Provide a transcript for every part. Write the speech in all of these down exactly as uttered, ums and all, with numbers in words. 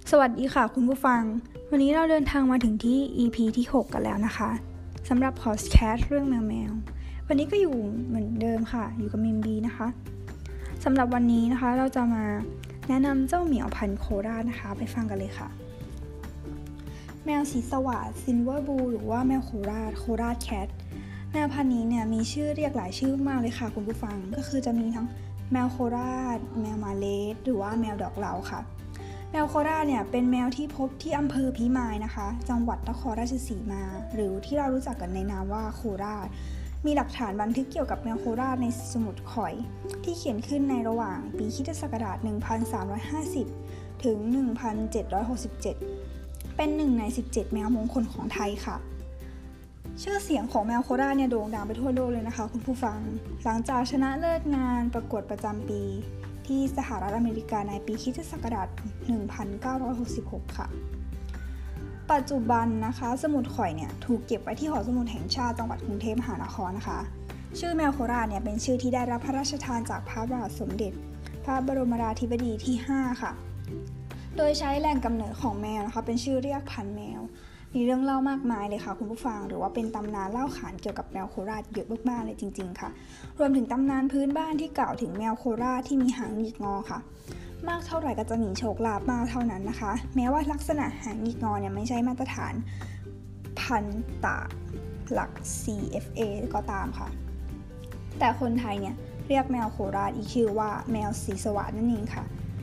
สวัสดีค่ะคุณผู้ฟังวันนี้เราเดินทางมาถึงที่ อี พี ที่หกกันแล้วนะคะสำหรับพอดแคสต์เรื่องแมวแมววันนี้ก็อยู่เหมือนเดิมค่ะอยู่กับมิมบีนะคะสำหรับวันนี้นะคะเราจะมาแนะนำเจ้าเหมียวพันธุ์โคราชนะคะไปฟังกันเลยค่ะแมวสีสวัสดซิลเวอร์บลูหรือว่าแมวโคราชโคราชแคทแมวพันธุ์นี้เนี่ยมีชื่อเรียกหลายชื่อมากเลยค่ะคุณผู้ฟังก็คือจะมีทั้งแมวโคราชแมวมาเลสหรือว่าแมวดอกเหลาค่ะแมวโคราชเนี่ยเป็นแมวที่พบที่อำเภอพิมายนะคะจังหวัดนครราชสีมาหรือที่เรารู้จักกันในนามว่าโคราชมีหลักฐานบันทึกเกี่ยวกับแมวโคราชในสมุดข่อยที่เขียนขึ้นในระหว่างปีค.ศ. หนึ่งพันสามร้อยห้าสิบถึงหนึ่งพันเจ็ดร้อยหกสิบเจ็ดเป็นหนึ่งในสิบเจ็ดแมวมงคลของไทยค่ะชื่อเสียงของแมวโคราชเนี่ยโด่งดังไปทั่วโลกเลยนะคะคุณผู้ฟังหลังจากชนะเลิศงานประกวดประจำปีที่สหรัฐอเมริกาในปีค.ศ. หนึ่งพันเก้าร้อยหกสิบหกค่ะปัจจุบันนะคะสมุดข่อยเนี่ยถูกเก็บไว้ที่หอสมุดแห่งชาติจังหวัดกรุงเทพมหานครนะคะชื่อแมวโคราชเนี่ยเป็นชื่อที่ได้รับพระราชทานจากพระบาทสมเด็จพระบรมราธิบดีที่ห้าค่ะโดยใช้แหล่งกำเนิดของแมวนะคะเป็นชื่อเรียกพันธุ์แมวมีเรื่องเล่ามากมายเลยค่ะคุณผู้ฟังหรือว่าเป็นตำนานเล่าขานเกี่ยวกับแมวโคราชเยอะมากๆเลยจริงๆค่ะรวมถึงตำนานพื้นบ้านที่กล่าวถึงแมวโคราชที่มีหางหงิกงอค่ะมากเท่าไหร่ก็จะมีโชคลาภมากเท่านั้นนะคะแม้ว่าลักษณะหางหงิกงอเนี่ยไม่ใช่มาตรฐานพันธุ์ตาหลัก ซี เอฟ เอ ก็ตามค่ะแต่คนไทยเนี่ยเรียกแมวโคราชอีกชื่อว่าแมวสีสวัสดนั่นเองค่ะ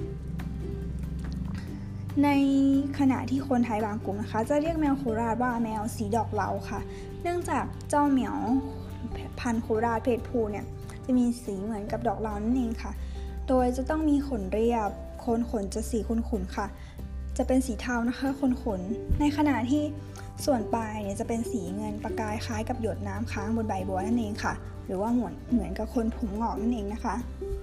ในขณะที่คนไทยบางกลุ่มนะคะจะเรียกแมวโคราชว่าแมวสีดอกเหลาค่ะเนื่องจากเจ้าเหมียวพันธุ์โคราชเพศผู้เนี่ยจะมีสีเหมือนกับดอกเหลานั่นเองค่ะโดยจะต้องมีขนเรียบโคนขนจะสีขุ่นๆค่ะจะเป็นสีเทานะคะขนขนในขณะที่ส่วนปลายเนี่ยจะเป็นสีเงินประกายคล้ายกับหยดน้ำค้างบนใบบัวนั่นเองค่ะหรือว่าเหมือนเหมือนกับคนผมงอกนั่นเองนะคะ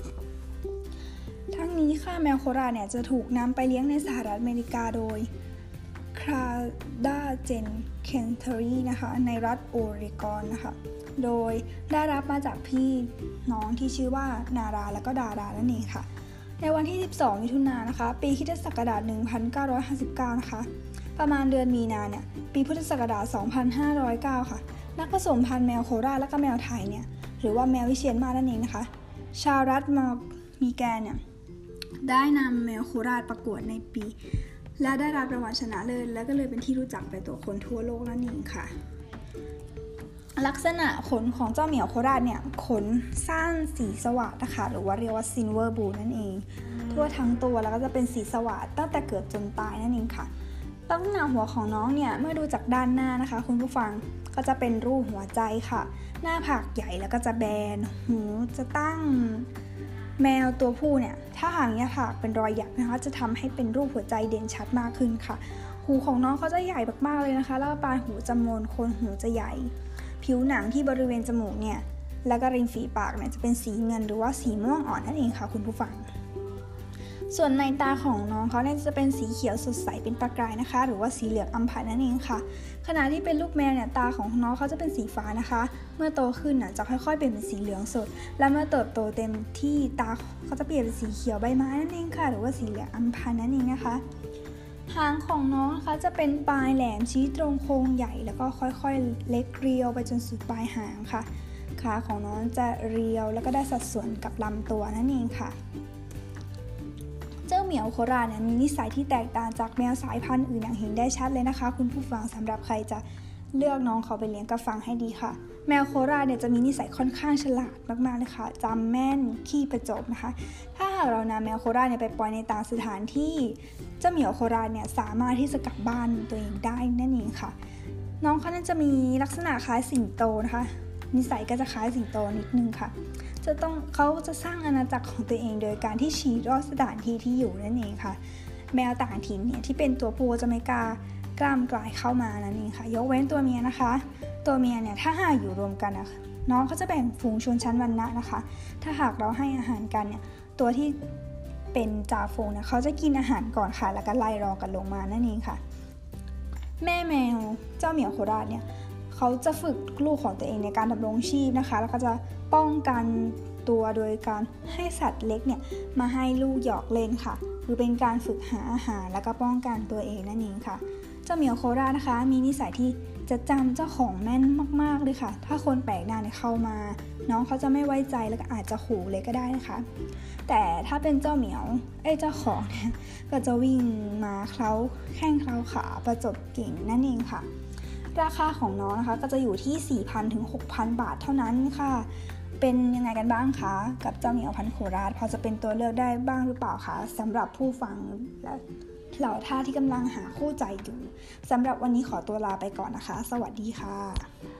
ทั้งนี้ค่ะแมวโคราชเนี่ยจะถูกนำไปเลี้ยงในสหรัฐอเมริกาโดยคราดาเจนเคนเทอรีนะคะในรัฐโอเรกอนนะคะโดยได้รับมาจากพี่น้องที่ชื่อว่านาราและก็ดารานั่นเองค่ะในวันที่สิบสองมิถุนายนนะคะปีค.ศ. หนึ่งพันเก้าร้อยห้าสิบเก้านะคะประมาณเดือนมีนาเนี่ยปีพุทธศักราชสองพันห้าร้อยเก้าค่ะนักผสมพันธุ์แมวโคราชและก็แมวไทยเนี่ยหรือว่าแมววิเชียรมาศนั่นเองนะคะชาวรัฐมีแกนเนี่ยได้นำแมวโคราชประกวดในปีและได้รับรางวัลชนะเลิศและก็เลยเป็นที่รู้จักไปตัวคนทั่วโลกนั่นเองค่ะลักษณะขนของเจ้าเหมียวโคราชเนี่ยขนสั้นสีสวัสดนะคะหรือว่าเรียกว่าซิลเวอร์บลูนั่นเองทั่วทั้งตัวแล้วก็จะเป็นสีสวัสดตั้งแต่เกิดจนตายนั่นเองค่ะลักษณะหัวของน้องเนี่ยเมื่อดูจากด้านหน้านะคะคุณผู้ฟังก็จะเป็นรูปหัวใจค่ะหน้าผากใหญ่แล้วก็จะแบนหูจะตั้งแมวตัวผู้เนี่ยถ้าหางยาผากเป็นรอยหยักนะคะจะทำให้เป็นรูปหัวใจเด่นชัดมากขึ้นค่ะหูของน้องเขาจะใหญ่มากๆเลยนะคะแล้วปลายหูจะมนโคนหูจะใหญ่ผิวหนังที่บริเวณจมูกเนี่ยและก็ริมฝีปากเนี่ยจะเป็นสีเงินหรือว่าสีม่วงอ่อนนั่นเองค่ะคุณผู้ฟังส่วนในตาของน้องเขาเนี่ยจะเป็นสีเขียวสดใสเป็นประกายนะคะหรือว่าสีเหลืองอัมพันนั่นเองค่ะขณะที่เป็นลูกแมวเนี่ยตาของน้องเขาจะเป็นสีฟ้านะคะเมื่อโตขึ้นน่ะจะค่อยๆเปลี่ยนเป็นสีเหลืองสดและเมื่อเติบโตเต็มที่ตาเขาจะเปลี่ยนเป็นสีเขียวใบไม้นั่นเองค่ะหรือว่าสีเหลืองอัมพันนั่นเองนะคะหางของน้องนะคะจะเป็นปลายแหลมชี้ตรงโค้งใหญ่แล้วก็ค่อยๆเล็กเรียวไปจนสุดปลายหางค่ะขาของน้องจะเรียวแล้วก็ได้สัดส่วนกับลำตัวนั่นเองค่ะเจ้าเหมียวโคราชเนี่ยมีนิสัยที่แตกต่างจากแมวสายพันธุ์อื่นอย่างเห็นได้ชัดเลยนะคะคุณผู้ฟังสำหรับใครจะเลือกน้องเขาไปเลี้ยงก็ฟังให้ดีค่ะแมวโคราชเนี่ยจะมีนิสัยค่อนข้างฉลาดมากๆเลยค่ะจำแม่นขี้ประจบนะคะถ้าหากเรานำแมวโคราชเนี่ยไปปล่อยในต่างสถานที่เจ้าเหมียวโคราชเนี่ยสามารถที่จะกลับบ้านตัวเองได้นั่นเองค่ะน้องเขาเนี่ยจะมีลักษณะคล้ายสิงโตนะคะนิสัยก็จะคล้ายสิงโตนิดนึงค่ะจะต้องเขาจะสร้างอาณาจักรของตัวเองโดยการที่ฉี่รอดสถานที่ที่อยู่นั่นเองค่ะแมวต่างถิ่นเนี่ยที่เป็นตัวผู้จะไม่กล้ากล้ามกลายเข้ามานั่นเองค่ะยกเว้นตัวเมียนะคะตัวเมียเนี่ยถ้าหากอยู่รวมกันนะน้องเขาจะแบ่งฝูงชนชั้นวรรณะนะคะถ้าหากเราให้อาหารกันเนี่ยตัวที่เป็นจ่าฝูงเนี่ยเขาจะกินอาหารก่อนค่ะแล้วก็ไล่รอกันลงมานั่นเองค่ะแม่แมวเจ้าเหมียวโคราชเนี่ยเขาจะฝึกลูกของตัวเองในการดำรงชีพนะคะแล้วก็จะป้องกันตัวโดยการให้สัตว์เล็กเนี่ยมาให้ลูกหยอกเล่นค่ะหรือเป็นการฝึกหาอาหารและก็ป้องกันตัวเองนั่นเองค่ะเจ้าเหมียวโคราชนะคะมีนิสัยที่จะจำเจ้าของแม่นมากๆเลยค่ะถ้าคนแปลกหน้าเนี่ยเข้ามาน้องเขาจะไม่ไว้ใจแล้วก็อาจจะขู่เลยก็ได้นะคะแต่ถ้าเป็นเจ้าเหมียวเอ้ยเจ้าของเนี่ยก็จะวิ่งมาเคล้าแข้งเคล้าขาประจบกิ่งนั่นเองค่ะราคาของน้องนะคะก็จะอยู่ที่ สี่พัน ถึง หกพัน บาทเท่านั้นค่ะเป็นยังไงกันบ้างคะกับเจ้าเหมียวพันธุ์โคราชพอจะเป็นตัวเลือกได้บ้างหรือเปล่าคะสำหรับผู้ฟังและเหล่าท่าที่กำลังหาคู่ใจอยู่สำหรับวันนี้ขอตัวลาไปก่อนนะคะสวัสดีค่ะ